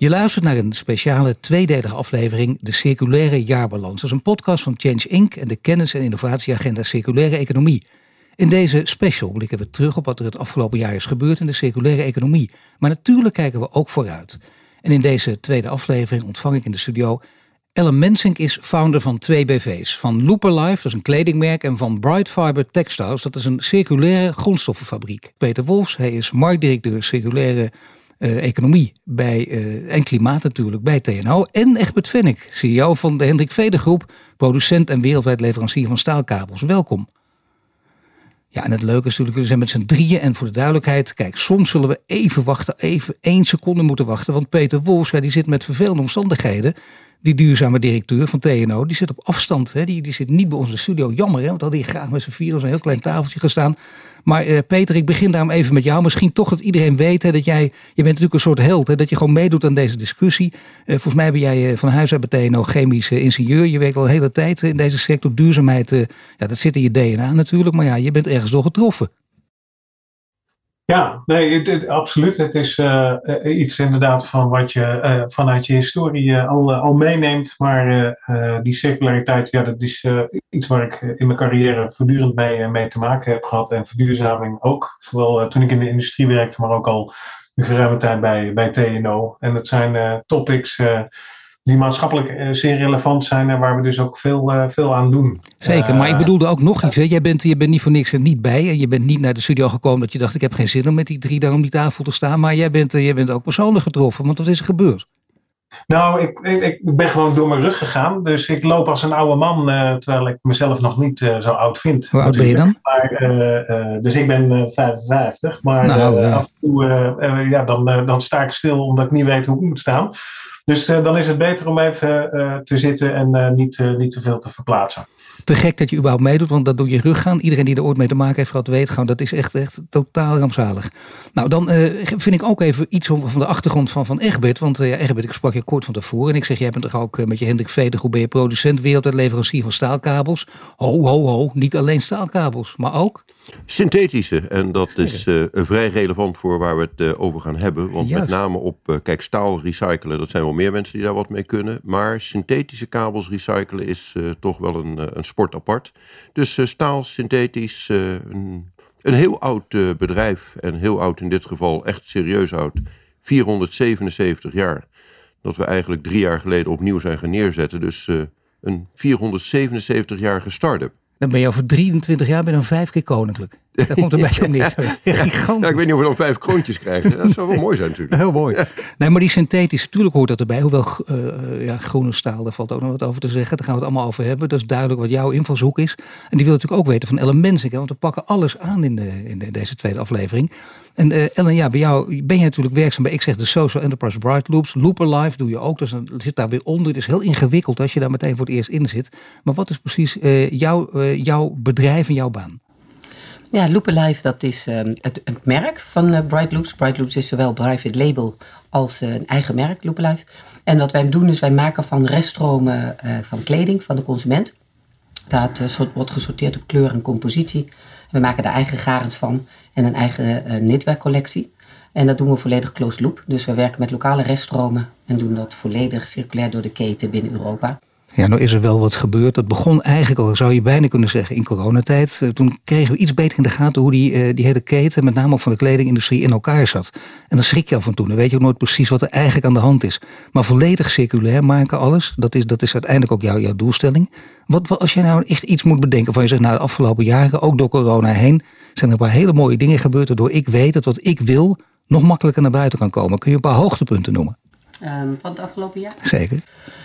Je luistert naar een speciale tweedelige aflevering, de Circulaire Jaarbalans. Dat is een podcast van Change Inc. en de kennis- en innovatieagenda Circulaire Economie. In deze special blikken we terug op wat er het afgelopen jaar is gebeurd in de circulaire economie. Maar natuurlijk kijken we ook vooruit. En in deze tweede aflevering ontvang ik in de studio Ellen Mensink is founder van 2 BV's. Van Looperlife, dat is een kledingmerk, en van Bright Fiber Textiles, dat is een circulaire grondstoffenfabriek. Peter Wolfs, hij is marktdirecteur circulaire economie en klimaat natuurlijk bij TNO. En Egbert Vinnik, CEO van de Hendrik Veder Groep, producent en wereldwijd leverancier van staalkabels. Welkom. Ja, en het leuke is natuurlijk, we zijn met z'n drieën. En voor de duidelijkheid, kijk, soms zullen we even wachten, even 1 seconde moeten wachten. Want Peter Wolfs, die zit met vervelende omstandigheden. Die duurzame directeur van TNO, die zit op afstand. Hè? Die zit niet bij ons in de studio. Jammer, hè? Want hadden hier graag met z'n vieren zo'n heel klein tafeltje gestaan. Maar Peter, ik begin daarom even met jou. Misschien toch dat iedereen weet, hè, dat je bent natuurlijk een soort held. Hè, dat je gewoon meedoet aan deze discussie. Volgens mij ben jij van huis uit bij TNO chemisch ingenieur. Je werkt al een hele tijd in deze sector. Duurzaamheid, dat zit in je DNA natuurlijk. Maar ja, je bent ergens door getroffen. Ja, nee, absoluut. Het is iets inderdaad van wat je vanuit je historie al meeneemt. Maar die circulariteit, dat is iets waar ik in mijn carrière voortdurend mee te maken heb gehad. En verduurzaming ook. Zowel toen ik in de industrie werkte, maar ook al een geruime tijd bij TNO. En dat zijn topics die maatschappelijk zeer relevant zijn en waar we dus ook veel aan doen. Zeker, maar ik bedoelde ook nog iets. Hè. Je bent niet voor niks er niet bij. En je bent niet naar de studio gekomen dat je dacht, ik heb geen zin om met die 3 daar om die tafel te staan. Maar jij bent ook persoonlijk getroffen, want wat is er gebeurd? Nou, ik ben gewoon door mijn rug gegaan. Dus ik loop als een oude man, terwijl ik mezelf nog niet zo oud vind. Hoe oud ben je dan? Maar, dus ik ben 55. Maar af en toe dan sta ik stil omdat ik niet weet hoe ik moet staan. Dus dan is het beter om even te zitten en niet te veel te verplaatsen. Te gek dat je überhaupt meedoet, want dat door je rug gaan. Iedereen die er ooit mee te maken heeft gehad weet gewoon, dat is echt totaal rampzalig. Nou, dan vind ik ook even iets van de achtergrond van Egbert. Want Egbert, ik sprak je kort van tevoren en ik zeg, jij bent toch ook met je Hendrik Veder Groep, ben je producent, wereldwijd leverancier van staalkabels. Ho, niet alleen staalkabels, maar ook synthetische. En dat is vrij relevant voor waar we het over gaan hebben. Want met name op, staal recyclen, dat zijn wel meer mensen die daar wat mee kunnen. Maar synthetische kabels recyclen is toch wel een sport apart. Dus staal, synthetisch, een heel oud bedrijf. En heel oud in dit geval, echt serieus oud. 477 jaar. Dat we eigenlijk 3 jaar geleden opnieuw zijn gaan neerzetten. Dus een 477-jarige start-up. Dan ben je over 23 jaar dan 5 keer koninklijk. Daar komt een beetje op neer. Gigantisch. Ja, ik weet niet of we dan 5 kroontjes krijgen. Dat zou wel mooi zijn natuurlijk. Heel mooi. Ja. Nee, maar die synthetische, natuurlijk hoort dat erbij. Hoewel groene staal, daar valt ook nog wat over te zeggen. Daar gaan we het allemaal over hebben. Dat is duidelijk wat jouw invalshoek is. En die wil natuurlijk ook weten van Ellen Mensink. Want we pakken alles aan in deze tweede aflevering. En Ellen, bij jou ben je natuurlijk werkzaam bij, ik zeg de Social Enterprise Bright Loops. Looperlife doe je ook. Dus dan zit daar weer onder. Het is heel ingewikkeld als je daar meteen voor het eerst in zit. Maar wat is precies jouw bedrijf en jouw baan? Ja, Looperlife, dat is het merk van Bright Loops. Bright Loops is zowel private label als een eigen merk, Looperlife. En wat wij doen is, wij maken van reststromen van kleding van de consument. Dat wordt gesorteerd op kleur en compositie. We maken daar eigen garens van en een eigen knitwear-collectie. En dat doen we volledig closed loop. Dus we werken met lokale reststromen en doen dat volledig circulair door de keten binnen Europa. Ja, nou is er wel wat gebeurd. Dat begon eigenlijk al, zou je bijna kunnen zeggen, in coronatijd. Toen kregen we iets beter in de gaten hoe die hele keten, met name ook van de kledingindustrie, in elkaar zat. En dan schrik je af en toe. Dan weet je ook nooit precies wat er eigenlijk aan de hand is. Maar volledig circulair maken alles, dat is uiteindelijk ook jouw doelstelling. Wat als jij nou echt iets moet bedenken van je zegt, nou de afgelopen jaren, ook door corona heen, zijn er een paar hele mooie dingen gebeurd, waardoor ik weet dat wat ik wil nog makkelijker naar buiten kan komen. Kun je een paar hoogtepunten noemen? Van het afgelopen jaar? Zeker.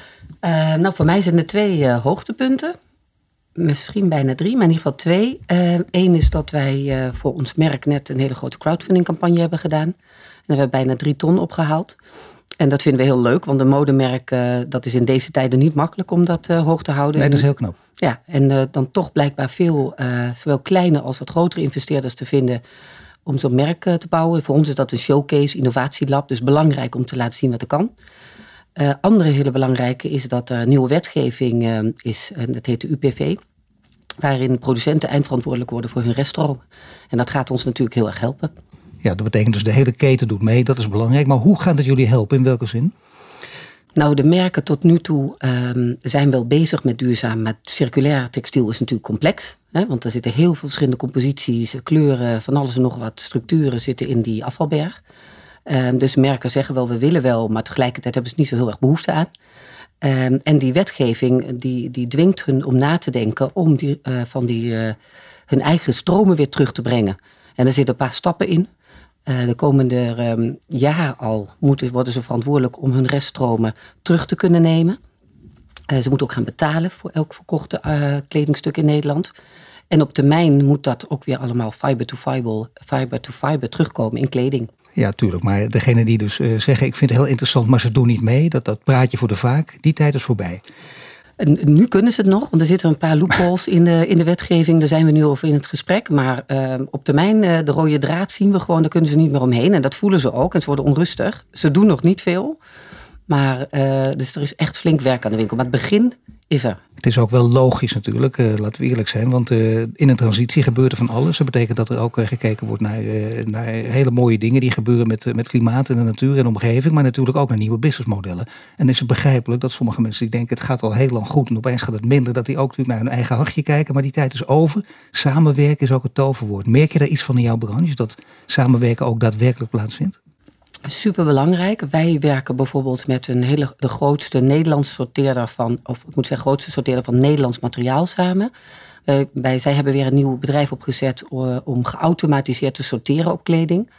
Voor mij zijn er 2 hoogtepunten. Misschien bijna 3, maar in ieder geval 2. Eén is dat wij voor ons merk net een hele grote crowdfunding campagne hebben gedaan. En daar hebben we bijna 3 ton opgehaald. En dat vinden we heel leuk, want een modemerk, dat is in deze tijden niet makkelijk om dat hoog te houden. Nee, dat is heel knap. Ja, en dan toch blijkbaar veel, zowel kleine als wat grotere investeerders te vinden om zo'n merk te bouwen. Voor ons is dat een showcase, innovatielab, dus belangrijk om te laten zien wat er kan. Andere hele belangrijke is dat er nieuwe wetgeving is, en dat heet de UPV, waarin producenten eindverantwoordelijk worden voor hun reststromen. En dat gaat ons natuurlijk heel erg helpen. Ja, dat betekent dus de hele keten doet mee, dat is belangrijk. Maar hoe gaat het jullie helpen, in welke zin? Nou, de merken tot nu toe zijn wel bezig met duurzaam. Maar circulair textiel is natuurlijk complex. Hè, want er zitten heel veel verschillende composities, kleuren, van alles en nog wat structuren zitten in die afvalberg. Dus merken zeggen wel, we willen wel, maar tegelijkertijd hebben ze niet zo heel erg behoefte aan. En die wetgeving die dwingt hun om na te denken om hun eigen stromen weer terug te brengen. En er zitten een paar stappen in. De komende jaar al worden ze verantwoordelijk om hun reststromen terug te kunnen nemen. Ze moeten ook gaan betalen voor elk verkochte kledingstuk in Nederland. En op termijn moet dat ook weer allemaal fiber to fiber terugkomen in kleding. Ja, tuurlijk. Maar degene die dus zeggen, ik vind het heel interessant, maar ze doen niet mee. Dat praatje voor de vaak, die tijd is voorbij. En nu kunnen ze het nog, want er zitten een paar loopholes in de wetgeving. Daar zijn we nu over in het gesprek. Maar op termijn, de rode draad zien we gewoon, daar kunnen ze niet meer omheen. En dat voelen ze ook en ze worden onrustig. Ze doen nog niet veel. Maar dus er is echt flink werk aan de winkel. Maar het begin is er. Het is ook wel logisch natuurlijk, laten we eerlijk zijn. Want in een transitie gebeurt er van alles. Dat betekent dat er ook gekeken wordt naar hele mooie dingen die gebeuren met klimaat en de natuur en de omgeving. Maar natuurlijk ook naar nieuwe businessmodellen. En dan is het begrijpelijk dat sommige mensen die denken, het gaat al heel lang goed en opeens gaat het minder. Dat die ook naar hun eigen hachje kijken. Maar die tijd is over. Samenwerken is ook het toverwoord. Merk je daar iets van in jouw branche? Dat samenwerken ook daadwerkelijk plaatsvindt? Super belangrijk. Wij werken bijvoorbeeld met de grootste Nederlandse sorteerder grootste sorteerder van Nederlands materiaal samen. Zij hebben weer een nieuw bedrijf opgezet om geautomatiseerd te sorteren op kleding.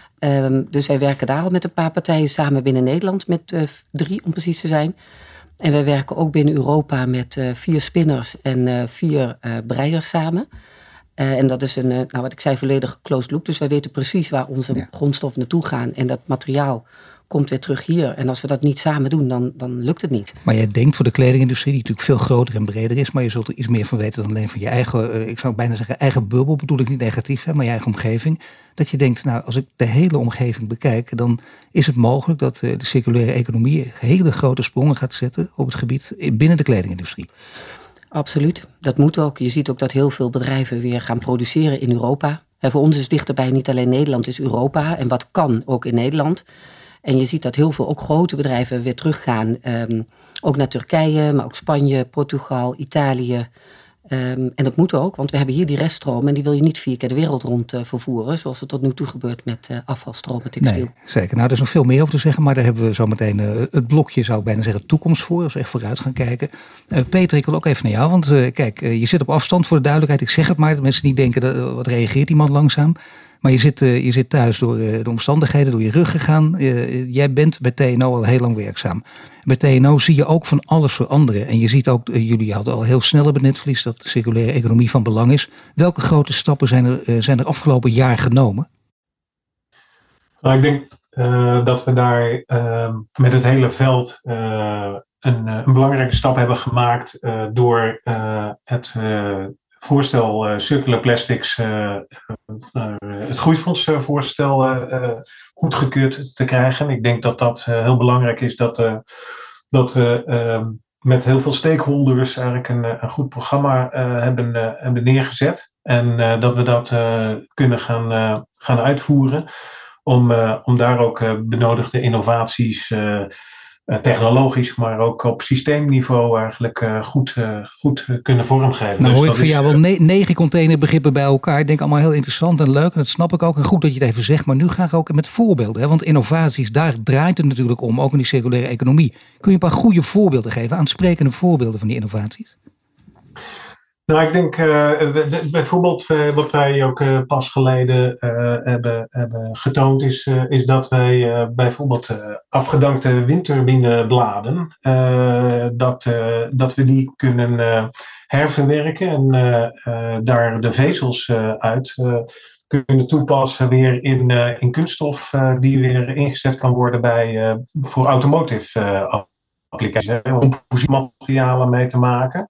Dus wij werken daar al met een paar partijen samen binnen Nederland, met 3 om precies te zijn. En wij werken ook binnen Europa met 4 spinners en 4 breiers samen. En dat is wat ik zei, volledig closed loop. Dus wij weten precies waar onze grondstoffen naartoe gaan. En dat materiaal komt weer terug hier. En als we dat niet samen doen, dan lukt het niet. Maar jij denkt voor de kledingindustrie, die natuurlijk veel groter en breder is. Maar je zult er iets meer van weten dan alleen van je eigen, ik zou bijna zeggen eigen bubbel. Bedoel ik niet negatief, hè, maar je eigen omgeving. Dat je denkt, nou, als ik de hele omgeving bekijk, dan is het mogelijk dat de circulaire economie hele grote sprongen gaat zetten op het gebied binnen de kledingindustrie. Absoluut, dat moet ook. Je ziet ook dat heel veel bedrijven weer gaan produceren in Europa. En voor ons is dichterbij niet alleen Nederland, is Europa. En wat kan ook in Nederland. En je ziet dat heel veel ook grote bedrijven weer teruggaan. Ook naar Turkije, maar ook Spanje, Portugal, Italië. En dat moet ook, want we hebben hier die reststroom en die wil je niet 4 keer de wereld rond vervoeren, zoals het tot nu toe gebeurt met afvalstromen textiel. Nee, zeker. Nou, er is nog veel meer over te zeggen, maar daar hebben we zo meteen het blokje, zou ik bijna zeggen, toekomst voor, als we echt vooruit gaan kijken. Peter, ik wil ook even naar jou, want kijk, je zit op afstand voor de duidelijkheid, ik zeg het maar, dat mensen niet denken, wat reageert die man langzaam? Maar je zit thuis door de omstandigheden, door je rug gegaan. Jij bent bij TNO al heel lang werkzaam. Bij TNO zie je ook van alles veranderen. En je ziet ook, jullie hadden al heel snel op het netvlies dat de circulaire economie van belang is. Welke grote stappen zijn er afgelopen jaar genomen? Nou, ik denk dat we daar met het hele veld een belangrijke stap hebben gemaakt door het voorstel Circular Plastics, het groeifondssvoorstel goedgekeurd te krijgen. Ik denk dat dat heel belangrijk is dat we met heel veel stakeholders eigenlijk een goed programma hebben neergezet. En dat we dat kunnen gaan uitvoeren om daar ook benodigde innovaties technologisch, maar ook op systeemniveau eigenlijk goed kunnen vormgeven. Nou, dus hoor ik voor jou wel 9 containerbegrippen bij elkaar. Ik denk allemaal heel interessant en leuk. En dat snap ik ook. En goed dat je het even zegt. Maar nu graag ook met voorbeelden. Hè? Want innovaties, daar draait het natuurlijk om. Ook in die circulaire economie. Kun je een paar goede voorbeelden geven? Aansprekende voorbeelden van die innovaties? Nou, ik denk bijvoorbeeld wat wij ook pas geleden hebben getoond is dat wij bijvoorbeeld afgedankte windturbinebladen, dat we die kunnen herverwerken en daar de vezels uit kunnen toepassen weer in kunststof die weer ingezet kan worden voor automotive applicaties, om materialen mee te maken.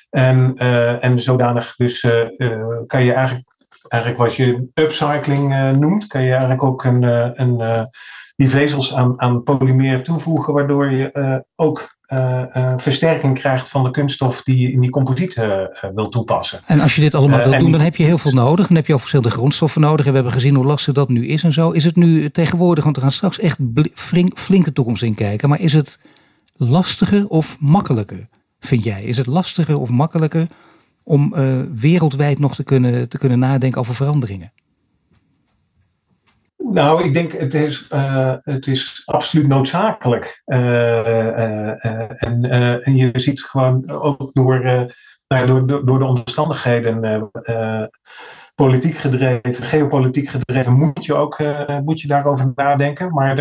En zodanig dus kan je eigenlijk wat je upcycling noemt, kan je eigenlijk ook die vezels aan polymeer toevoegen, waardoor je ook versterking krijgt van de kunststof die je in die composiet wil toepassen. En als je dit allemaal wilt doen, dan heb je heel veel nodig. Dan heb je ook verschillende grondstoffen nodig. En we hebben gezien hoe lastig dat nu is en zo. Is het nu tegenwoordig, want we gaan straks echt flinke toekomst in kijken, maar is het lastiger of makkelijker, vind jij? Is het lastiger of makkelijker om wereldwijd nog te kunnen nadenken over veranderingen? Nou, ik denk het is absoluut noodzakelijk. En je ziet gewoon ook door de omstandigheden, politiek gedreven, geopolitiek gedreven, moet je daarover nadenken. Maar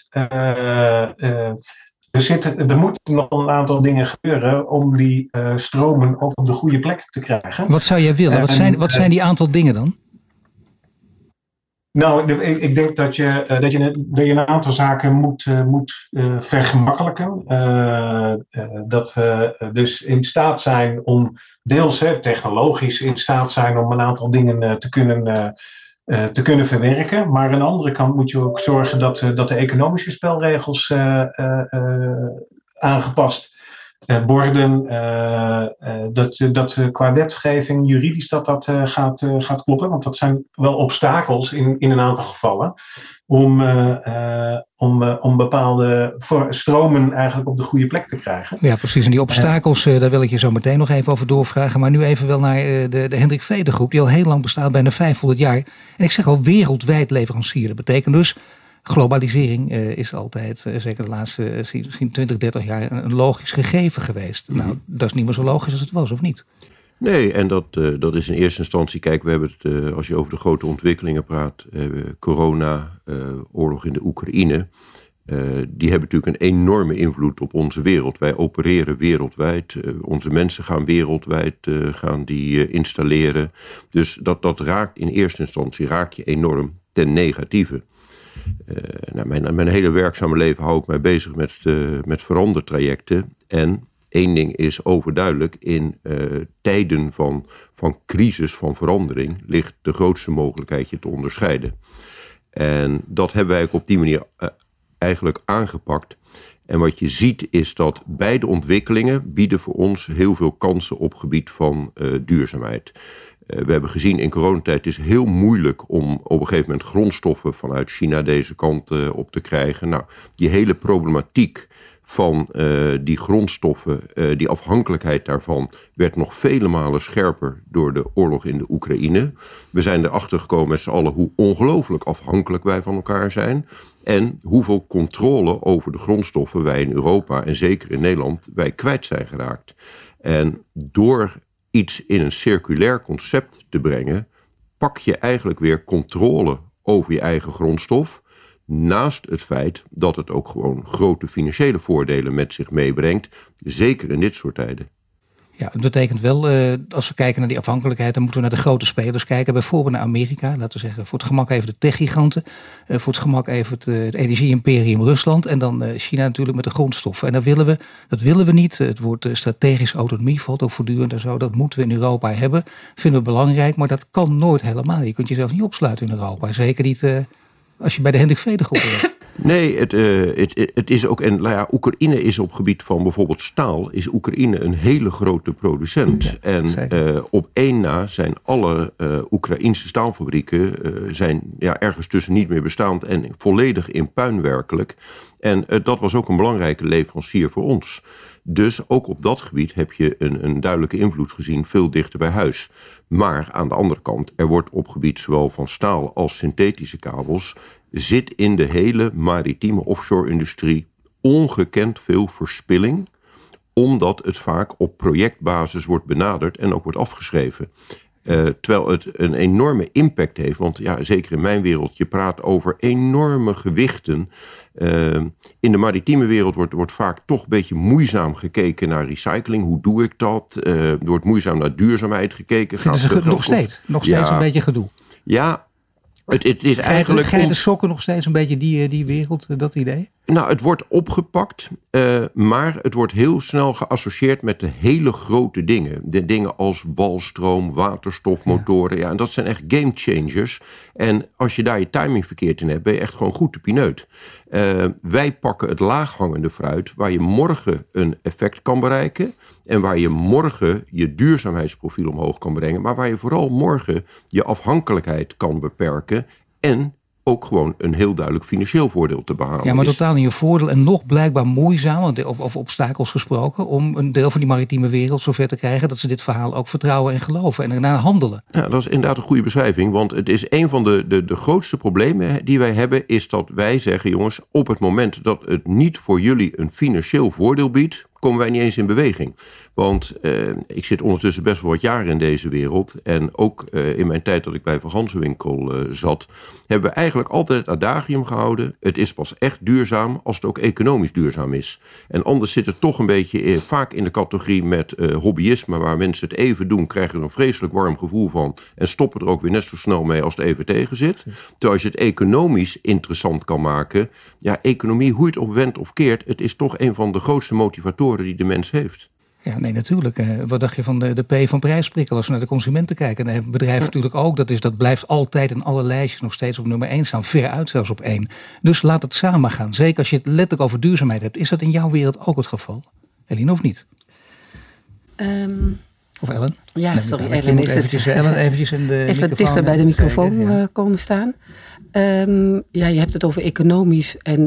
er moeten nog een aantal dingen gebeuren om die stromen ook op de goede plek te krijgen. Wat zou jij willen? Wat zijn die aantal dingen dan? Nou, ik denk dat je een aantal zaken moet vergemakkelijken. Dat we dus in staat zijn om deels technologisch in staat zijn om een aantal dingen te kunnen verwerken. Maar aan de andere kant moet je ook zorgen dat de economische spelregels aangepast worden. Dat qua wetgeving, juridisch dat gaat kloppen. Want dat zijn wel obstakels in een aantal gevallen. Om bepaalde stromen eigenlijk op de goede plek te krijgen. Ja, precies. En die obstakels, daar wil ik je zo meteen nog even over doorvragen. Maar nu even wel naar de Hendrik Vrede Groep, die al heel lang bestaat, bijna 500 jaar. En ik zeg al wereldwijd leverancier. Dat betekent dus, globalisering is altijd, zeker de laatste misschien 20, 30 jaar, een logisch gegeven geweest. Nou, dat is niet meer zo logisch als het was, of niet? Nee, en dat is in eerste instantie, kijk, we hebben het, als je over de grote ontwikkelingen praat, corona, oorlog in de Oekraïne, die hebben natuurlijk een enorme invloed op onze wereld. Wij opereren wereldwijd, onze mensen gaan wereldwijd gaan die installeren. Dus dat raakt in eerste instantie je enorm ten negatieve. Mijn hele werkzame leven hou ik mij bezig met verandertrajecten. En één ding is overduidelijk, in tijden van crisis, van verandering, ligt de grootste mogelijkheid je te onderscheiden. En dat hebben wij ook op die manier eigenlijk aangepakt. En wat je ziet is dat beide ontwikkelingen bieden voor ons heel veel kansen op gebied van duurzaamheid. We hebben gezien in coronatijd, het is heel moeilijk om op een gegeven moment grondstoffen vanuit China deze kant op te krijgen. Nou, die hele problematiek van die grondstoffen, die afhankelijkheid daarvan, werd nog vele malen scherper door de oorlog in de Oekraïne. We zijn erachter gekomen met z'n allen hoe ongelooflijk afhankelijk wij van elkaar zijn. En hoeveel controle over de grondstoffen wij in Europa en zeker in Nederland wij kwijt zijn geraakt. En door iets in een circulair concept te brengen, pak je eigenlijk weer controle over je eigen grondstof. Naast het feit dat het ook gewoon grote financiële voordelen met zich meebrengt. Zeker in dit soort tijden. Ja, het betekent wel, als we kijken naar die afhankelijkheid, dan moeten we naar de grote spelers kijken. Bijvoorbeeld naar Amerika, laten we zeggen, voor het gemak even de techgiganten. Voor het gemak even het energie-imperium Rusland. En dan China natuurlijk met de grondstoffen. En dat willen we niet. Het woord strategische autonomie valt ook voortdurend en zo. Dat moeten we in Europa hebben. Vinden we belangrijk, maar dat kan nooit helemaal. Je kunt jezelf niet opsluiten in Europa. Zeker niet als je bij de Hendrik Vrede Groep bent. Nee, het is ook, en Oekraïne is op gebied van bijvoorbeeld staal, is Oekraïne een hele grote producent. Ja, en op één na zijn alle Oekraïnse staalfabrieken ergens tussen niet meer bestaand en volledig in puin werkelijk. En dat was ook een belangrijke leverancier voor ons. Dus ook op dat gebied heb je een duidelijke invloed gezien, veel dichter bij huis. Maar aan de andere kant, er wordt op gebied zowel van staal als synthetische kabels, zit in de hele maritieme offshore-industrie ongekend veel verspilling, omdat het vaak op projectbasis wordt benaderd en ook wordt afgeschreven. Terwijl het een enorme impact heeft, want ja, zeker in mijn wereld, je praat over enorme gewichten. In de maritieme wereld wordt vaak toch een beetje moeizaam gekeken naar recycling. Hoe doe ik dat? Er wordt moeizaam naar duurzaamheid gekeken. Vinden ze nog steeds een beetje gedoe? Ja, het is eigenlijk... Ga je de sokken nog steeds een beetje die wereld, dat idee? Nou, het wordt opgepakt, maar het wordt heel snel geassocieerd met de hele grote dingen. De dingen als walstroom, waterstofmotoren. Ja, en dat zijn echt game changers. En als je daar je timing verkeerd in hebt, ben je echt gewoon goed de pineut. Wij pakken het laaghangende fruit waar je morgen een effect kan bereiken. En waar je morgen je duurzaamheidsprofiel omhoog kan brengen. Maar waar je vooral morgen je afhankelijkheid kan beperken. En ook gewoon een heel duidelijk financieel voordeel te behalen. Ja, maar totaal niet je voordeel en nog blijkbaar moeizaam, over obstakels gesproken, om een deel van die maritieme wereld zover te krijgen dat ze dit verhaal ook vertrouwen en geloven en ernaar handelen. Ja, dat is inderdaad een goede beschrijving, want het is een van de grootste problemen die wij hebben, is dat wij zeggen, jongens, op het moment dat het niet voor jullie een financieel voordeel biedt, komen wij niet eens in beweging. Want ik zit ondertussen best wel wat jaren in deze wereld. En ook in mijn tijd dat ik bij Van Gansenwinkel zat, hebben we eigenlijk altijd het adagium gehouden. Het is pas echt duurzaam als het ook economisch duurzaam is. En anders zit het toch een beetje vaak in de categorie met hobbyisme, waar mensen het even doen, krijgen er een vreselijk warm gevoel van en stoppen er ook weer net zo snel mee als het even tegen zit. Terwijl als je het economisch interessant kan maken, ja, economie, hoe je het of wendt of keert, het is toch een van de grootste motivatoren die de mens heeft. Ja, nee, natuurlijk. Wat dacht je van de P van prijsprikkel als we naar de consumenten kijken? Dan hebben bedrijven natuurlijk ook. Dat blijft altijd in alle lijstjes nog steeds op nummer 1 staan. Veruit zelfs op 1. Dus laat het samen gaan. Zeker als je het letterlijk over duurzaamheid hebt. Is dat in jouw wereld ook het geval? Eline, of niet? Of Ellen? Ja, nee, sorry, Ellen. Ellen eventjes in de even dichter bij de microfoon komen staan. Ja, je hebt het over economisch en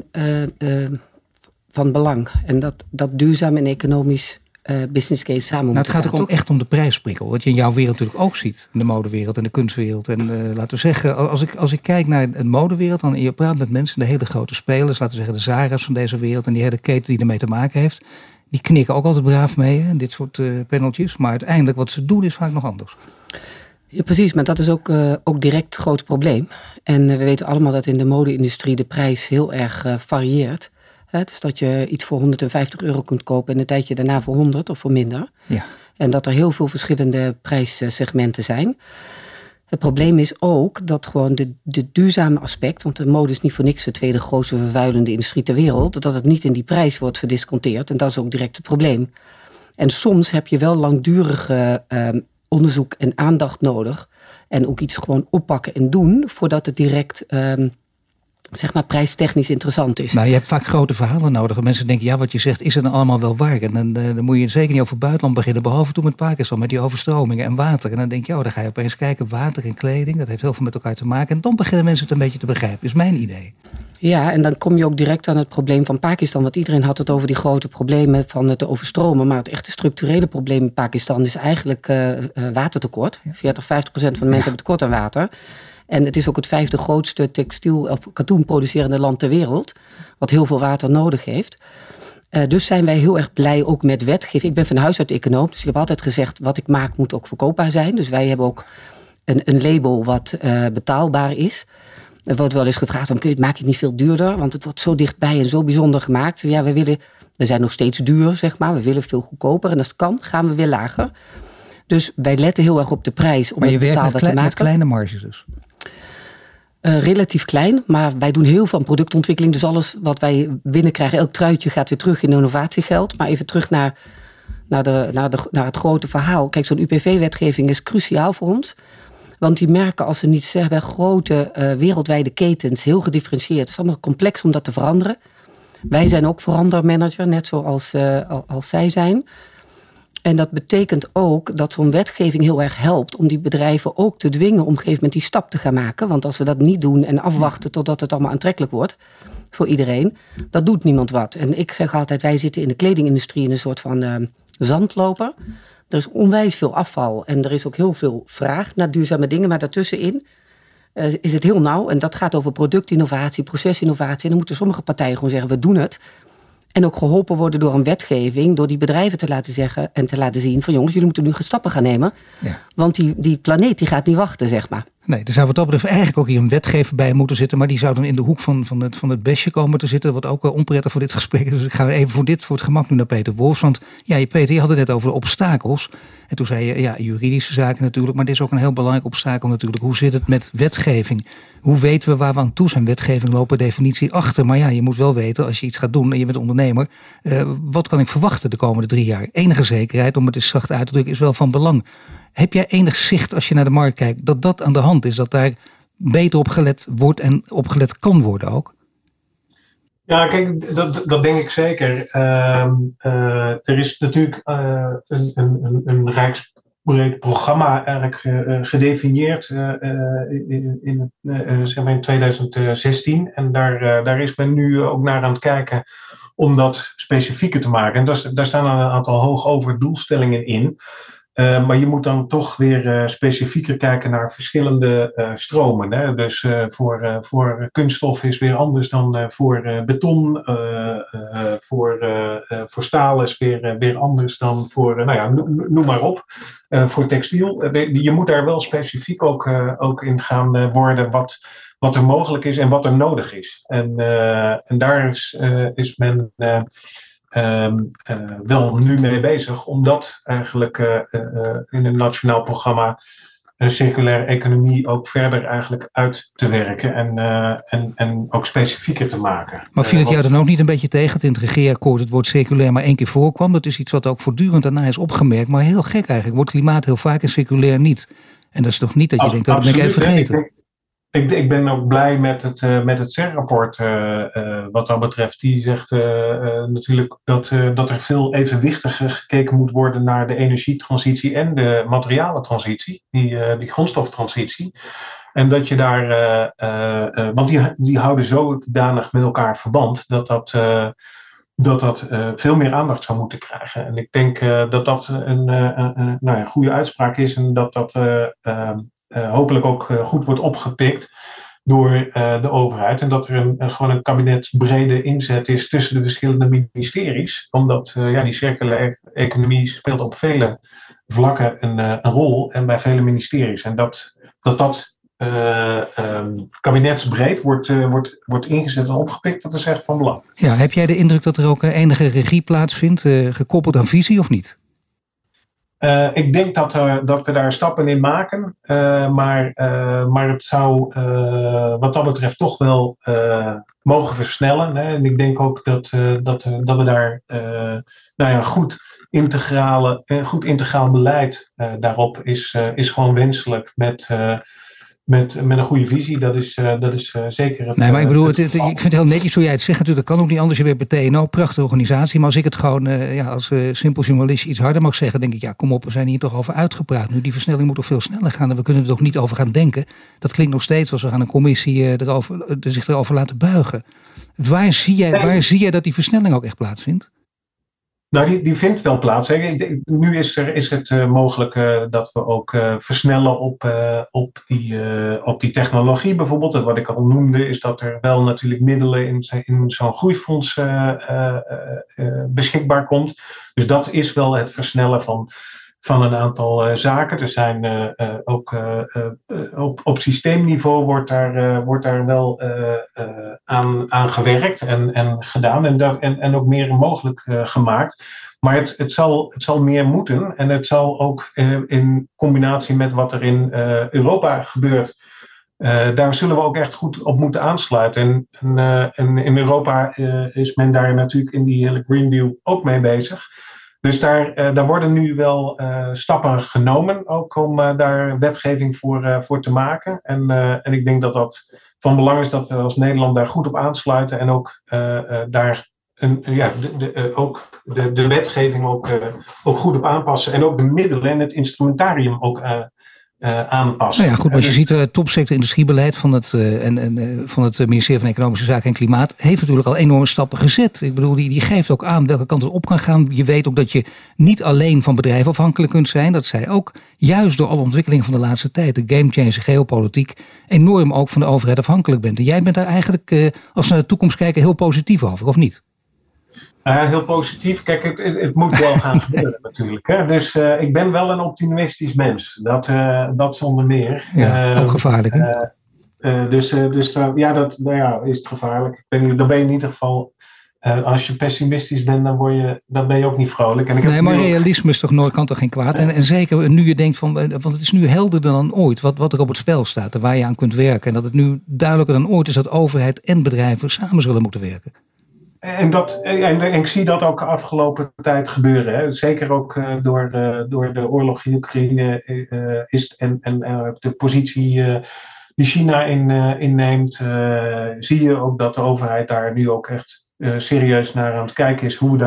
van belang. En dat duurzaam en economisch business case samen moeten gaan. Het gaat ook echt om de prijsprikkel. Wat je in jouw wereld natuurlijk ook ziet. In de modewereld en de kunstwereld. En laten we zeggen, als ik kijk naar de modewereld, dan je praat met mensen, de hele grote spelers, laten we zeggen de Zara's van deze wereld en die hele keten die ermee te maken heeft. Die knikken ook altijd braaf mee, hè, dit soort paneltjes. Maar uiteindelijk wat ze doen is vaak nog anders. Ja, precies, maar dat is ook direct het grote probleem. En we weten allemaal dat in de mode-industrie de prijs heel erg varieert. Dus dat je iets voor €150 kunt kopen en een tijdje daarna voor 100 of voor minder. Ja. En dat er heel veel verschillende prijssegmenten zijn. Het probleem is ook dat gewoon de duurzame aspect, want de mode is niet voor niks de tweede grootste vervuilende industrie ter wereld, dat het niet in die prijs wordt verdisconteerd. En dat is ook direct het probleem. En soms heb je wel langdurige onderzoek en aandacht nodig. En ook iets gewoon oppakken en doen voordat het direct zeg maar prijstechnisch interessant is. Maar je hebt vaak grote verhalen nodig. Mensen denken, ja, wat je zegt, is het dan allemaal wel waar? En dan moet je zeker niet over buitenland beginnen, behalve toen met Pakistan, met die overstromingen en water. En dan denk je, dan ga je opeens kijken, water en kleding, dat heeft heel veel met elkaar te maken. En dan beginnen mensen het een beetje te begrijpen, is mijn idee. Ja, en dan kom je ook direct aan het probleem van Pakistan. Want iedereen had het over die grote problemen van het overstromen. Maar het echte structurele probleem in Pakistan is eigenlijk watertekort. 40-50% van de mensen hebben tekort aan water. En het is ook het 5e grootste textiel- of katoenproducerende land ter wereld. Wat heel veel water nodig heeft. Dus zijn wij heel erg blij ook met wetgeving. Ik ben van huis uit econoom, dus ik heb altijd gezegd, wat ik maak moet ook verkoopbaar zijn. Dus wij hebben ook een label wat betaalbaar is. Er wordt wel eens gevraagd, maak je het niet veel duurder? Want het wordt zo dichtbij en zo bijzonder gemaakt. Ja, we zijn nog steeds duur, zeg maar. We willen veel goedkoper. En als het kan, gaan we weer lager. Dus wij letten heel erg op de prijs om het betaalbaar te maken. Maar je werkt met kleine marges dus? Relatief klein, maar wij doen heel veel aan productontwikkeling. Dus alles wat wij binnenkrijgen, elk truitje gaat weer terug in innovatiegeld. Maar even terug naar het grote verhaal. Kijk, zo'n UPV-wetgeving is cruciaal voor ons. Want die merken, als ze niet hebben, grote wereldwijde ketens, heel gedifferentieerd. Het is allemaal complex om dat te veranderen. Wij zijn ook verandermanager, net zoals als zij zijn. En dat betekent ook dat zo'n wetgeving heel erg helpt om die bedrijven ook te dwingen om op een gegeven moment die stap te gaan maken. Want als we dat niet doen en afwachten totdat het allemaal aantrekkelijk wordt voor iedereen, dat doet niemand wat. En ik zeg altijd, wij zitten in de kledingindustrie in een soort van zandloper. Er is onwijs veel afval en er is ook heel veel vraag naar duurzame dingen. Maar daartussenin is het heel nauw. En dat gaat over productinnovatie, procesinnovatie. En dan moeten sommige partijen gewoon zeggen, we doen het. En ook geholpen worden door een wetgeving, door die bedrijven te laten zeggen en te laten zien van jongens, jullie moeten nu stappen gaan nemen. Ja. Want die planeet die gaat niet wachten, zeg maar. Nee, er zou wat dat betreft eigenlijk ook hier een wetgever bij moeten zitten. Maar die zou dan in de hoek van het besje komen te zitten. Wat ook onprettig voor dit gesprek. Dus ik ga even voor het gemak nu naar Peter Wolfs. Want ja, Peter, je had het net over de obstakels. En toen zei je, ja, juridische zaken natuurlijk. Maar dit is ook een heel belangrijk obstakel natuurlijk. Hoe zit het met wetgeving? Hoe weten we waar we aan toe zijn? Wetgeving loopt per definitie achter. Maar ja, je moet wel weten, als je iets gaat doen en je bent ondernemer. Wat kan ik verwachten de komende 3 jaar? Enige zekerheid, om het eens zacht uit te drukken, is wel van belang. Heb jij enig zicht als je naar de markt kijkt dat aan de hand is? Dat daar beter op gelet wordt en op gelet kan worden ook? Ja, kijk, dat denk ik zeker. Er is natuurlijk een breed programma eigenlijk gedefinieerd in 2016. En daar is men nu ook naar aan het kijken om dat specifieker te maken. En daar staan een aantal hoogover doelstellingen in. Maar je moet dan toch weer specifieker kijken naar verschillende stromen. Hè? Dus voor kunststof is weer anders dan voor beton. Voor staal is weer anders dan voor, noem maar op. Voor textiel. Je moet daar wel specifiek ook in gaan worden wat er mogelijk is en wat er nodig is. En daar is men wel nu mee bezig om dat eigenlijk in een nationaal programma circulaire economie ook verder eigenlijk uit te werken en ook specifieker te maken. Maar viel het jou dan ook niet een beetje tegen dat in het regeerakkoord het woord circulair maar 1 keer voorkwam? Dat is iets wat ook voortdurend daarna is opgemerkt, maar heel gek eigenlijk. Wordt klimaat heel vaak en circulair niet. En dat is toch niet dat je denkt, dat ben ik even vergeten. Ik ben ook blij met het CER-rapport wat dat betreft. Die zegt natuurlijk dat er veel evenwichtiger gekeken moet worden naar de energietransitie en de materialentransitie, die grondstoftransitie. En dat je daar, want die houden zodanig met elkaar verband dat veel meer aandacht zou moeten krijgen. En ik denk dat een goede uitspraak is en dat hopelijk ook goed wordt opgepikt door de overheid. En dat er gewoon een kabinetsbrede inzet is tussen de verschillende ministeries. Omdat die circulaire economie speelt op vele vlakken een rol en bij vele ministeries. En dat kabinetsbreed wordt ingezet en opgepikt, dat is echt van belang. Ja, heb jij de indruk dat er ook enige regie plaatsvindt, gekoppeld aan visie of niet? Ik denk dat we daar stappen in maken, maar het zou wat dat betreft toch wel mogen versnellen. Hè? En ik denk ook dat we daar goed integraal beleid daarop is gewoon wenselijk met een goede visie. Dat is zeker het. Nee, maar ik bedoel, ik vind het heel netjes hoe jij het zegt. Natuurlijk, dat kan ook niet anders. Je werkt bij TNO, prachtige organisatie. Maar als ik het gewoon als simpel journalist iets harder mag zeggen, denk ik, ja, kom op, we zijn hier toch over uitgepraat. Nu, die versnelling moet toch veel sneller gaan en we kunnen er toch niet over gaan denken. Dat klinkt nog steeds als we gaan een commissie zich erover laten buigen. Waar zie jij dat die versnelling ook echt plaatsvindt? Nou, die vindt wel plaats. Hè. Nu is het mogelijk dat we ook versnellen op die technologie bijvoorbeeld. En wat ik al noemde is dat er wel natuurlijk middelen in zo'n groeifonds beschikbaar komt. Dus dat is wel het versnellen van een aantal zaken. Er zijn op systeemniveau wordt daar wel aan gewerkt en gedaan en ook meer mogelijk gemaakt. Maar het zal meer moeten en het zal ook in combinatie met wat er in Europa gebeurt. Daar zullen we ook echt goed op moeten aansluiten. En in Europa is men daar natuurlijk in die hele Green Deal ook mee bezig. Dus daar worden nu wel stappen genomen, ook om daar wetgeving voor te maken. En ik denk dat van belang is dat we als Nederland daar goed op aansluiten en ook daar de wetgeving ook goed op aanpassen. En ook de middelen en het instrumentarium ook aanpassen. Nou ja, goed, maar je ziet topsector industriebeleid van het ministerie van Economische Zaken en Klimaat heeft natuurlijk al enorme stappen gezet. Ik bedoel, die geeft ook aan welke kant het op kan gaan. Je weet ook dat je niet alleen van bedrijven afhankelijk kunt zijn. Dat zij ook juist door alle ontwikkelingen van de laatste tijd, de gamechanger geopolitiek, enorm ook van de overheid afhankelijk bent. En jij bent daar eigenlijk, als we naar de toekomst kijken, heel positief over, of niet? Heel positief. Kijk, het moet wel gaan gebeuren natuurlijk. Hè? Dus ik ben wel een optimistisch mens. Dat zonder meer. Ja, ook gevaarlijk. Hè? Dus is het gevaarlijk. Dan ben je in ieder geval, als je pessimistisch bent, dan ben je ook niet vrolijk. En maar realisme is kan toch geen kwaad. En zeker nu je denkt want het is nu helderder dan ooit wat er op het spel staat en waar je aan kunt werken. En dat het nu duidelijker dan ooit is dat overheid en bedrijven samen zullen moeten werken. En ik zie dat ook de afgelopen tijd gebeuren. Hè. Zeker ook door de oorlog in Oekraïne en de positie die China inneemt. Zie je ook dat de overheid daar nu ook echt serieus naar aan het kijken is hoe we daar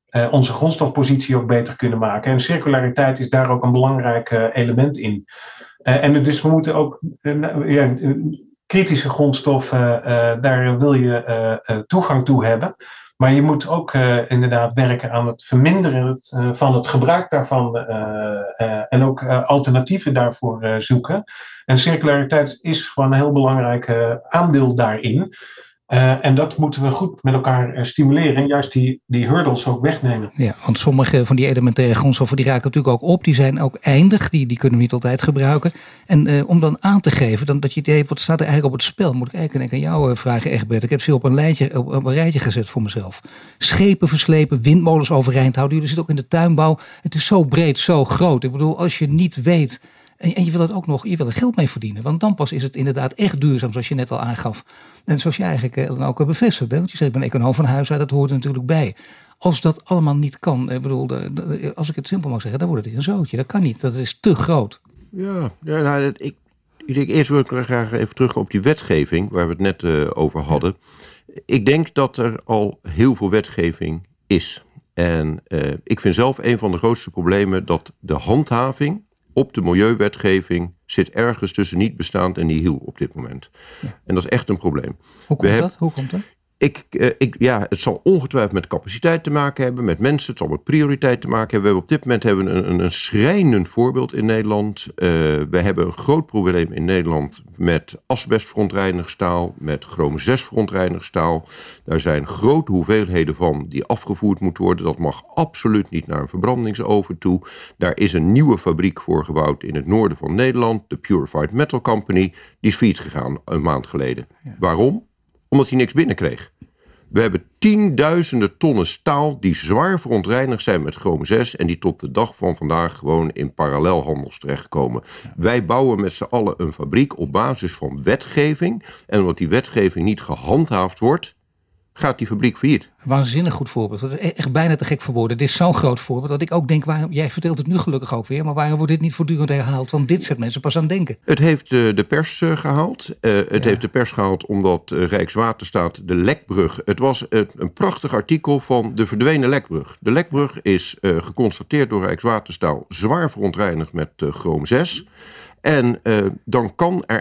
onze grondstofpositie ook beter kunnen maken. En circulariteit is daar ook een belangrijk element in. En dus we moeten ook kritische grondstoffen, daar wil je toegang toe hebben. Maar je moet ook inderdaad werken aan het verminderen van het gebruik daarvan en ook alternatieven daarvoor zoeken. En circulariteit is gewoon een heel belangrijk aandeel daarin. En dat moeten we goed met elkaar stimuleren en juist die hurdles ook wegnemen. Ja, want sommige van die elementaire grondstoffen die raken natuurlijk ook op. Die zijn ook eindig, die kunnen we niet altijd gebruiken. En om dan aan te geven dat je idee hebt, wat staat er eigenlijk op het spel? Moet ik eigenlijk aan jou vragen, Egbert. Ik heb ze op een rijtje gezet voor mezelf. Schepen verslepen, windmolens overeind houden. Jullie zitten ook in de tuinbouw. Het is zo breed, zo groot. Ik bedoel, als je niet weet... En je wil het ook nog, je wil er geld mee verdienen. Want dan pas is het inderdaad echt duurzaam, zoals je net al aangaf. En zoals je eigenlijk dan ook bevestigt. Want je zegt, ik ben econoom van huis uit, dat hoort er natuurlijk bij. Als dat allemaal niet kan, ik bedoel, als ik het simpel mag zeggen, dan wordt het een zootje. Dat kan niet, dat is te groot. Ik denk eerst wil ik graag even terug op die wetgeving, waar we het net over hadden. Ik denk dat er al heel veel wetgeving is. En ik vind zelf een van de grootste problemen dat de handhaving op de milieuwetgeving zit ergens tussen niet bestaand en nihil op dit moment. Ja. En dat is echt een probleem. Hoe komt dat? Het zal ongetwijfeld met capaciteit te maken hebben, met mensen, het zal met prioriteit te maken hebben. Op dit moment hebben we een schrijnend voorbeeld in Nederland. We hebben een groot probleem in Nederland met asbestverontreinigstaal, met chroom 6 verontreinigstaal. Daar zijn grote hoeveelheden van die afgevoerd moeten worden. Dat mag absoluut niet naar een verbrandingsoven toe. Daar is een nieuwe fabriek voor gebouwd in het noorden van Nederland, de Purified Metal Company. Die is failliet gegaan een maand geleden. Ja. Waarom? Omdat hij niks binnenkreeg. We hebben tienduizenden tonnen staal die zwaar verontreinigd zijn met chroom 6... en die tot de dag van vandaag gewoon in parallelhandels terechtkomen. Ja. Wij bouwen met z'n allen een fabriek op basis van wetgeving. En omdat die wetgeving niet gehandhaafd wordt, gaat die fabriek failliet. Waanzinnig goed voorbeeld. Dat is echt bijna te gek voor woorden. Dit is zo'n groot voorbeeld dat ik ook denk, jij vertelt het nu gelukkig ook weer, maar waarom wordt dit niet voortdurend herhaald? Want dit zet mensen pas aan het denken. Het heeft de pers gehaald. Het heeft de pers gehaald omdat Rijkswaterstaat de Lekbrug... Het was een prachtig artikel van de verdwenen Lekbrug. De Lekbrug is geconstateerd door Rijkswaterstaat zwaar verontreinigd met chroom 6... En dan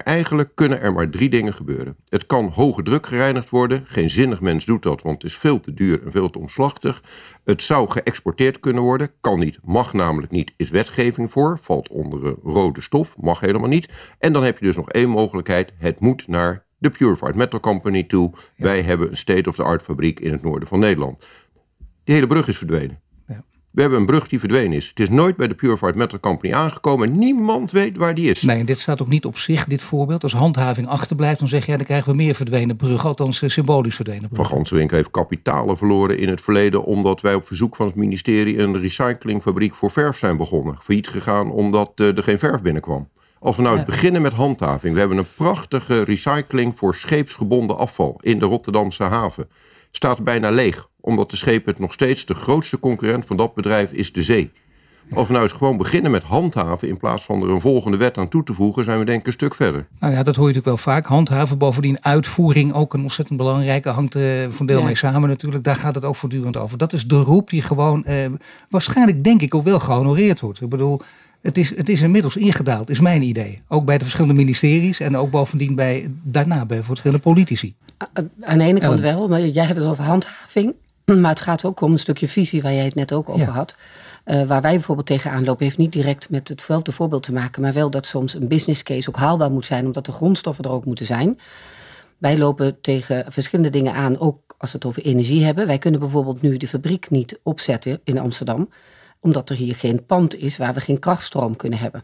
kunnen er maar 3 dingen gebeuren. Het kan hoge druk gereinigd worden. Geen zinnig mens doet dat, want het is veel te duur en veel te omslachtig. Het zou geëxporteerd kunnen worden. Kan niet, mag namelijk niet, is wetgeving voor. Valt onder rode stof, mag helemaal niet. En dan heb je dus nog 1 mogelijkheid. Het moet naar de Purified Metal Company toe. Ja. Wij hebben een state-of-the-art fabriek in het noorden van Nederland. Die hele brug is verdwenen. We hebben een brug die verdwenen is. Het is nooit bij de Purified Metal Company aangekomen. Niemand weet waar die is. Nee, en dit staat ook niet op zich, dit voorbeeld. Als handhaving achterblijft, dan zeg je, dan krijgen we meer verdwenen bruggen. Althans, symbolisch verdwenen bruggen. Van Gansewinkel heeft kapitalen verloren in het verleden, omdat wij op verzoek van het ministerie een recyclingfabriek voor verf zijn begonnen. Failliet gegaan omdat er geen verf binnenkwam. Als we nou eens beginnen met handhaving. We hebben een prachtige recycling voor scheepsgebonden afval in de Rotterdamse haven. Staat bijna leeg, omdat de schepen het nog steeds de grootste concurrent van dat bedrijf is de zee. Als we nou eens gewoon beginnen met handhaven in plaats van er een volgende wet aan toe te voegen, zijn we denk ik een stuk verder. Nou ja, dat hoor je natuurlijk wel vaak. Handhaven, bovendien uitvoering ook een ontzettend belangrijke, hangt van deel mee samen natuurlijk. Daar gaat het ook voortdurend over. Dat is de roep die gewoon waarschijnlijk denk ik ook wel gehonoreerd wordt. Ik bedoel, het is inmiddels ingedaald, is mijn idee. Ook bij de verschillende ministeries en ook bovendien daarna bij verschillende politici. Aan de ene kant wel, maar jij hebt het over handhaving. Maar het gaat ook om een stukje visie waar jij het net ook over had. Waar wij bijvoorbeeld tegenaan lopen, heeft niet direct met hetzelfde voorbeeld te maken. Maar wel dat soms een business case ook haalbaar moet zijn, omdat de grondstoffen er ook moeten zijn. Wij lopen tegen verschillende dingen aan, ook als we het over energie hebben. Wij kunnen bijvoorbeeld nu de fabriek niet opzetten in Amsterdam, omdat er hier geen pand is waar we geen krachtstroom kunnen hebben.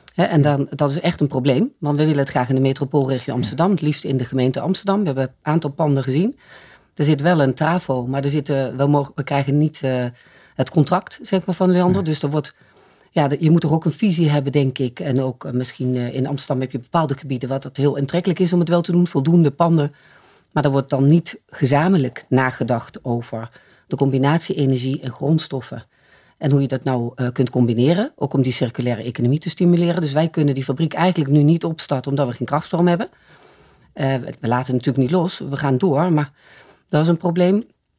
En dat is echt een probleem, want we willen het graag in de metropoolregio Amsterdam, het liefst in de gemeente Amsterdam. We hebben een aantal panden gezien. Er zit wel een trafo, maar we krijgen niet het contract, zeg maar, van Leander. Dus je moet toch ook een visie hebben, denk ik. En ook misschien in Amsterdam heb je bepaalde gebieden wat het heel aantrekkelijk is om het wel te doen, voldoende panden. Maar er wordt dan niet gezamenlijk nagedacht over de combinatie energie en grondstoffen. En hoe je dat nou kunt combineren, ook om die circulaire economie te stimuleren. Dus wij kunnen die fabriek eigenlijk nu niet opstarten omdat we geen krachtstroom hebben. We laten het natuurlijk niet los, we gaan door, maar dat is een probleem.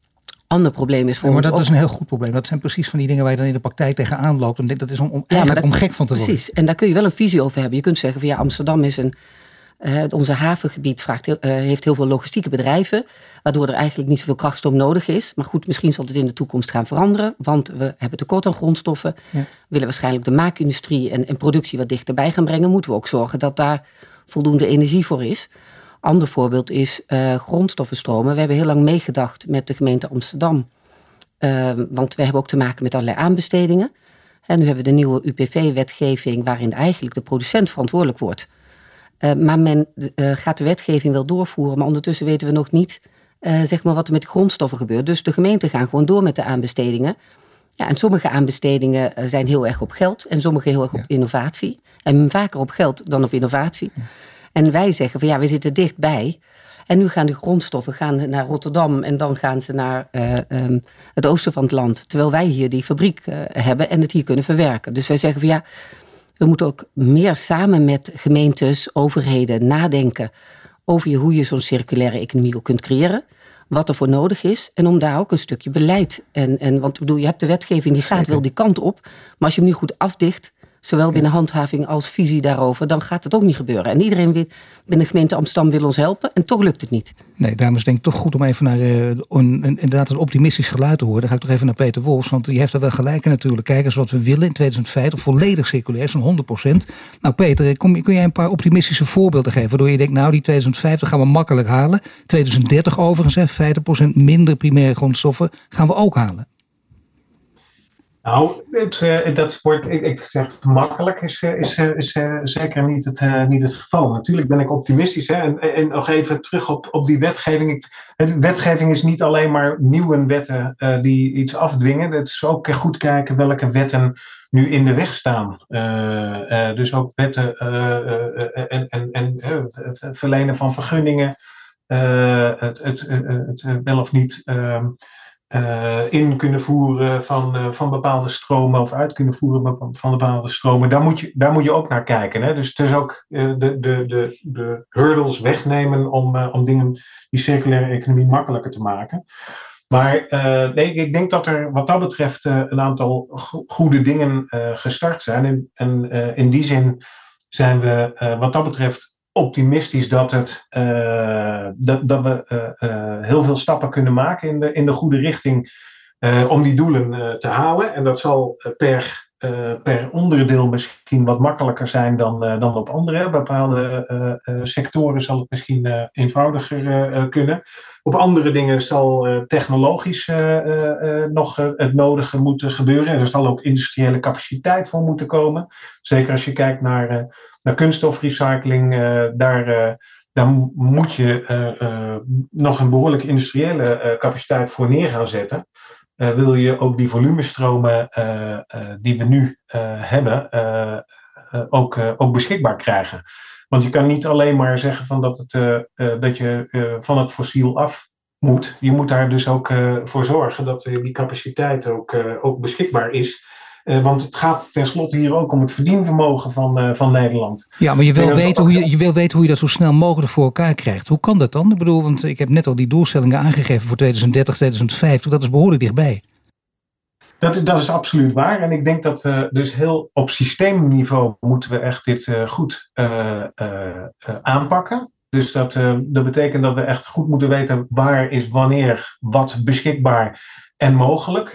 Ander probleem is voor maar ons dat ook... is een heel goed probleem. Dat zijn precies van die dingen waar je dan in de praktijk tegenaan loopt. En dat is om gek van te worden. Precies, en daar kun je wel een visie over hebben. Je kunt zeggen van Amsterdam is onze havengebied heeft heel veel logistieke bedrijven, waardoor er eigenlijk niet zoveel krachtstroom nodig is. Maar goed, misschien zal het in de toekomst gaan veranderen, want we hebben tekort aan grondstoffen. Ja. We willen waarschijnlijk de maakindustrie en productie wat dichterbij gaan brengen. Moeten we ook zorgen dat daar voldoende energie voor is. Ander voorbeeld is grondstoffenstromen. We hebben heel lang meegedacht met de gemeente Amsterdam. Want we hebben ook te maken met allerlei aanbestedingen. En nu hebben we de nieuwe UPV-wetgeving waarin eigenlijk de producent verantwoordelijk wordt. Maar men gaat de wetgeving wel doorvoeren, maar ondertussen weten we nog niet wat er met de grondstoffen gebeurt. Dus de gemeenten gaan gewoon door met de aanbestedingen. Ja, en sommige aanbestedingen zijn heel erg op geld en sommige heel erg op innovatie. En vaker op geld dan op innovatie. En wij zeggen van we zitten dichtbij. En nu gaan de grondstoffen naar Rotterdam en dan gaan ze naar het oosten van het land. Terwijl wij hier die fabriek hebben en het hier kunnen verwerken. Dus wij zeggen van we moeten ook meer samen met gemeentes, overheden nadenken over hoe je zo'n circulaire economie ook kunt creëren. Wat er voor nodig is. En om daar ook een stukje beleid. Want je hebt de wetgeving die gaat wel die kant op. Maar als je hem nu goed afdicht, zowel binnen handhaving als visie daarover, dan gaat het ook niet gebeuren. En iedereen binnen de gemeente Amsterdam wil ons helpen en toch lukt het niet. Nee, daarom is het denk ik toch goed om even naar inderdaad een optimistisch geluid te horen. Dan ga ik toch even naar Peter Wolfs, want die heeft er wel gelijk in natuurlijk. Kijk eens wat we willen in 2050, volledig circulair, zo'n 100%. Nou Peter, kun jij een paar optimistische voorbeelden geven, waardoor je denkt, nou die 2050 gaan we makkelijk halen. 2030 overigens, 50% minder primaire grondstoffen gaan we ook halen. Nou, dat wordt, ik zeg makkelijk, is zeker niet het geval. Natuurlijk ben ik optimistisch. Hè? En nog even terug op die wetgeving. Wetgeving is niet alleen maar nieuwe wetten die iets afdwingen. Het is ook goed kijken welke wetten nu in de weg staan. Dus ook wetten en verlenen van vergunningen. Het wel of niet... in kunnen voeren van bepaalde stromen of uit kunnen voeren van bepaalde stromen. Daar moet je ook naar kijken. Hè? Dus het is ook de hurdles wegnemen om dingen, die circulaire economie makkelijker te maken. Maar ik denk dat er wat dat betreft een aantal goede dingen gestart zijn. En in die zin zijn we wat dat betreft optimistisch dat we heel veel stappen kunnen maken in de goede richting om die doelen te halen. En dat zal per onderdeel misschien wat makkelijker zijn dan op andere. Bepaalde sectoren zal het misschien eenvoudiger kunnen. Op andere dingen zal technologisch nog het nodige moeten gebeuren. Er zal ook industriële capaciteit voor moeten komen. Zeker als je kijkt naar kunststofrecycling, daar moet je nog een behoorlijke industriële capaciteit voor neer gaan zetten. Wil je ook die volumestromen die we nu hebben ook beschikbaar krijgen. Want je kan niet alleen maar zeggen van dat je van het fossiel af moet. Je moet daar dus ook voor zorgen dat die capaciteit ook beschikbaar is. Want het gaat tenslotte hier ook om het verdienvermogen van Nederland. Ja, maar je wil weten hoe je dat zo snel mogelijk voor elkaar krijgt. Hoe kan dat dan? Ik bedoel, want ik heb net al die doelstellingen aangegeven voor 2030, 2050. Dat is behoorlijk dichtbij. Dat is absoluut waar. En ik denk dat we dus heel op systeemniveau moeten we echt dit goed aanpakken. Dus dat betekent dat we echt goed moeten weten waar is wanneer wat beschikbaar en mogelijk.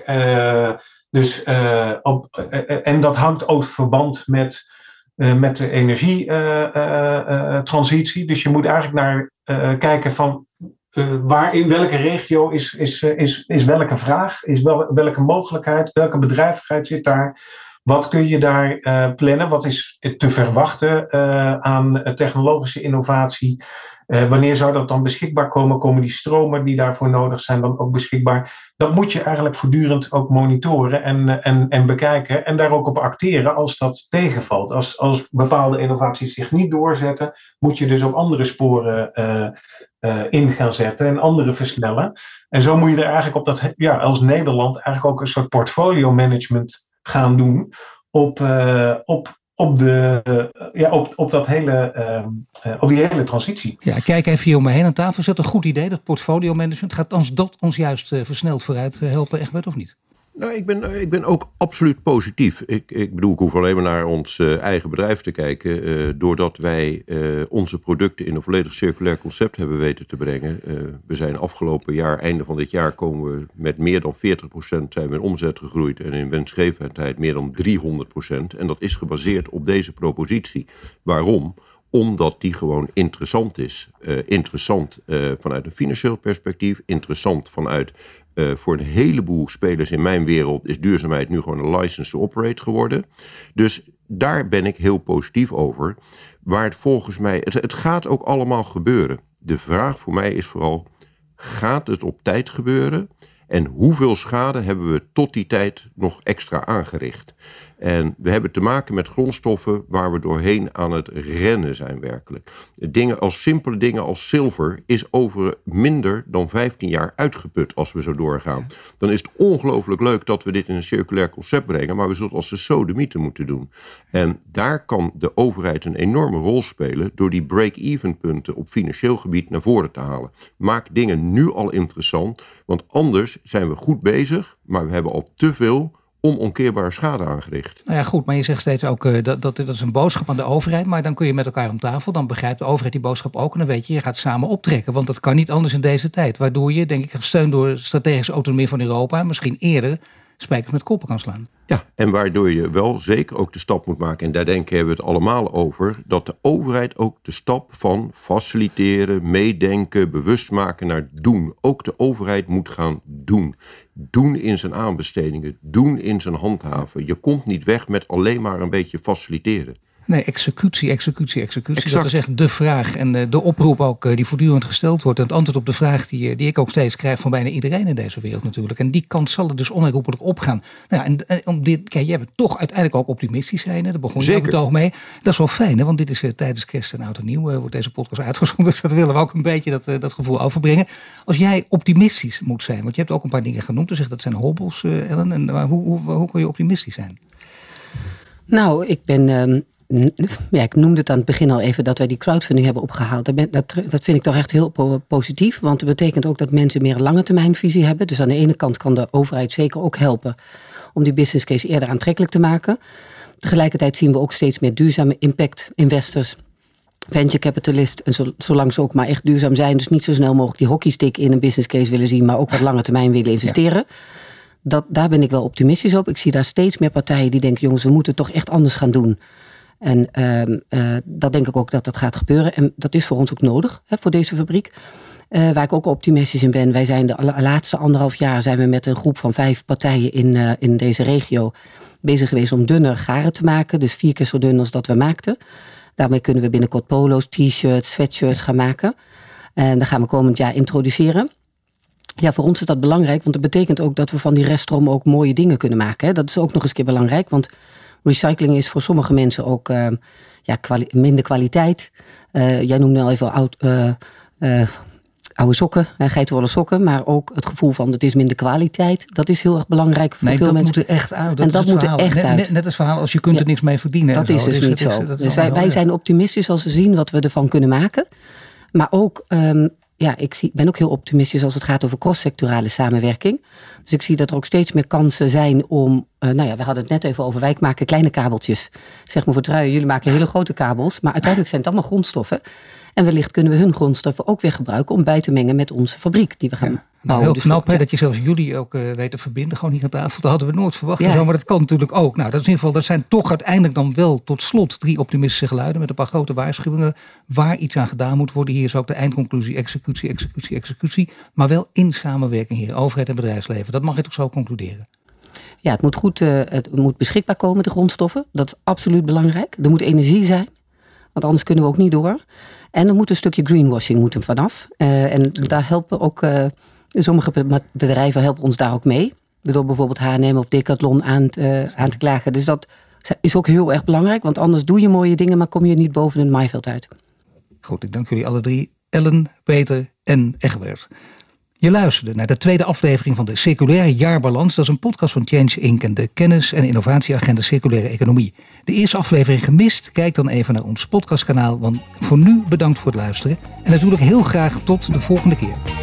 En dat hangt ook verband met de energietransitie. Dus je moet eigenlijk naar kijken van waar in welke regio is welke vraag, is welke mogelijkheid, welke bedrijvigheid zit daar. Wat kun je daar plannen? Wat is te verwachten aan technologische innovatie? Wanneer zou dat dan beschikbaar komen? Komen die stromen die daarvoor nodig zijn dan ook beschikbaar? Dat moet je eigenlijk voortdurend ook monitoren en bekijken. En daar ook op acteren als dat tegenvalt. Als bepaalde innovaties zich niet doorzetten, moet je dus op andere sporen in gaan zetten en andere versnellen. En zo moet je er eigenlijk op als Nederland eigenlijk ook een soort portfolio management gaan doen op op die hele transitie. Ja, kijk even hier om me heen aan tafel. Is dat een goed idee, dat portfolio management? Gaat dat ons juist versneld vooruit helpen, Egbert, of niet? Nou, ik ben ook absoluut positief. Ik bedoel, ik hoef alleen maar naar ons eigen bedrijf te kijken. Doordat wij onze producten in een volledig circulair concept hebben weten te brengen. We zijn afgelopen jaar, einde van dit jaar, komen we met meer dan 40% zijn we in omzet gegroeid. En in winstgevendheid meer dan 300%. En dat is gebaseerd op deze propositie. Waarom? Omdat die gewoon interessant is. Interessant vanuit een financieel perspectief. Interessant vanuit voor een heleboel spelers in mijn wereld is duurzaamheid nu gewoon een license to operate geworden. Dus daar ben ik heel positief over. Waar het volgens mij, het gaat ook allemaal gebeuren. De vraag voor mij is vooral, gaat het op tijd gebeuren? En hoeveel schade hebben we tot die tijd nog extra aangericht? En we hebben te maken met grondstoffen waar we doorheen aan het rennen zijn werkelijk. Simpele dingen als zilver is over minder dan 15 jaar uitgeput als we zo doorgaan. Dan is het ongelooflijk leuk dat we dit in een circulair concept brengen, maar we zullen het als de sodemieten moeten doen. En daar kan de overheid een enorme rol spelen door die break-even punten op financieel gebied naar voren te halen. Maak dingen nu al interessant, want anders zijn we goed bezig, maar we hebben al te veel onomkeerbare schade aangericht. Nou ja, goed, maar je zegt steeds ook dat is een boodschap aan de overheid, maar dan kun je met elkaar om tafel, dan begrijpt de overheid die boodschap ook en dan weet je gaat samen optrekken, want dat kan niet anders in deze tijd, waardoor je, denk ik, gesteund door strategische autonomie van Europa, misschien eerder spijkers met koppen kan slaan. Ja, en waardoor je wel zeker ook de stap moet maken, en daar denken we het allemaal over, dat de overheid ook de stap van faciliteren, meedenken, bewust maken naar doen. Ook de overheid moet gaan doen. Doen in zijn aanbestedingen, doen in zijn handhaven. Je komt niet weg met alleen maar een beetje faciliteren. Nee, executie. Exact. Dat is echt de vraag en de oproep ook die voortdurend gesteld wordt. En het antwoord op de vraag die ik ook steeds krijg van bijna iedereen in deze wereld natuurlijk. En die kant zal er dus onherroepelijk opgaan. Nou, en om dit, kijk, jij bent toch uiteindelijk ook optimistisch zijn. Hè? Daar begon je ook het oog mee. Dat is wel fijn, hè? Want dit is tijdens kerst en oud en nieuw wordt deze podcast uitgezonden. Dus dat willen we ook een beetje dat gevoel overbrengen. Als jij optimistisch moet zijn, want je hebt ook een paar dingen genoemd. Dus dat zijn hobbels, Ellen. En hoe kun je optimistisch zijn? Nou, ik ben... ik noemde het aan het begin al even dat wij die crowdfunding hebben opgehaald. Dat vind ik toch echt heel positief. Want dat betekent ook dat mensen meer een lange termijnvisie hebben. Dus aan de ene kant kan de overheid zeker ook helpen om die business case eerder aantrekkelijk te maken. Tegelijkertijd zien we ook steeds meer duurzame impact investors, venture capitalist. En zolang ze ook maar echt duurzaam zijn, dus niet zo snel mogelijk die hockeystick in een business case willen zien, maar ook wat lange termijn willen investeren. Ja. Daar ben ik wel optimistisch op. Ik zie daar steeds meer partijen die denken, jongens, we moeten het toch echt anders gaan doen. En dat denk ik ook dat gaat gebeuren. En dat is voor ons ook nodig, voor deze fabriek. Waar ik ook optimistisch in ben. Wij zijn de laatste 1,5 jaar zijn we met een groep van 5 partijen in deze regio bezig geweest om dunner garen te maken. Dus 4 keer zo dun als dat we maakten. Daarmee kunnen we binnenkort polo's, t-shirts, sweatshirts gaan maken. En dat gaan we komend jaar introduceren. Ja, voor ons is dat belangrijk. Want dat betekent ook dat we van die reststroom ook mooie dingen kunnen maken. Hè. Dat is ook nog eens een keer belangrijk. Want recycling is voor sommige mensen ook minder kwaliteit. Jij noemde al even oude sokken, geitenwolle sokken. Maar ook het gevoel van het is minder kwaliteit. Dat is heel erg belangrijk voor veel mensen. Moet er echt uit. Dat moet er echt uit. Net het verhaal als je kunt er niks mee verdienen. Dat is dus niet zo. Dus wij zijn optimistisch als we zien wat we ervan kunnen maken. Maar ook... ik ben ook heel optimistisch als het gaat over cross-sectorale samenwerking. Dus ik zie dat er ook steeds meer kansen zijn om... we hadden het net even over, wij maken kleine kabeltjes. Zeg maar voor truien, jullie maken hele grote kabels. Maar uiteindelijk zijn het allemaal grondstoffen. En wellicht kunnen we hun grondstoffen ook weer gebruiken om bij te mengen met onze fabriek die we gaan bouwen. Heel knap dat je zelfs jullie ook weet te verbinden. Gewoon hier aan tafel. Dat hadden we nooit verwacht. Ja. Zo, maar dat kan natuurlijk ook. Nou, dat is in ieder geval, dat zijn toch uiteindelijk dan wel tot slot 3 optimistische geluiden met een paar grote waarschuwingen waar iets aan gedaan moet worden. Hier is ook de eindconclusie executie. Maar wel in samenwerking hier, overheid en bedrijfsleven. Dat mag je toch zo concluderen? Ja, het moet beschikbaar komen, de grondstoffen. Dat is absoluut belangrijk. Er moet energie zijn, want anders kunnen we ook niet door. En er moet een stukje greenwashing vanaf. En daar helpen ook sommige bedrijven helpen ons daar ook mee. Door bijvoorbeeld H&M of Decathlon aan te klagen. Dus dat is ook heel erg belangrijk. Want anders doe je mooie dingen, maar kom je niet boven het maaiveld uit. Goed, ik dank jullie alle 3. Ellen, Peter en Egbert. Je luisterde naar de tweede aflevering van de Circulaire Jaarbalans. Dat is een podcast van Change Inc. en de kennis- en innovatieagenda Circulaire Economie. De eerste aflevering gemist? Kijk dan even naar ons podcastkanaal. Want voor nu bedankt voor het luisteren. En natuurlijk heel graag tot de volgende keer.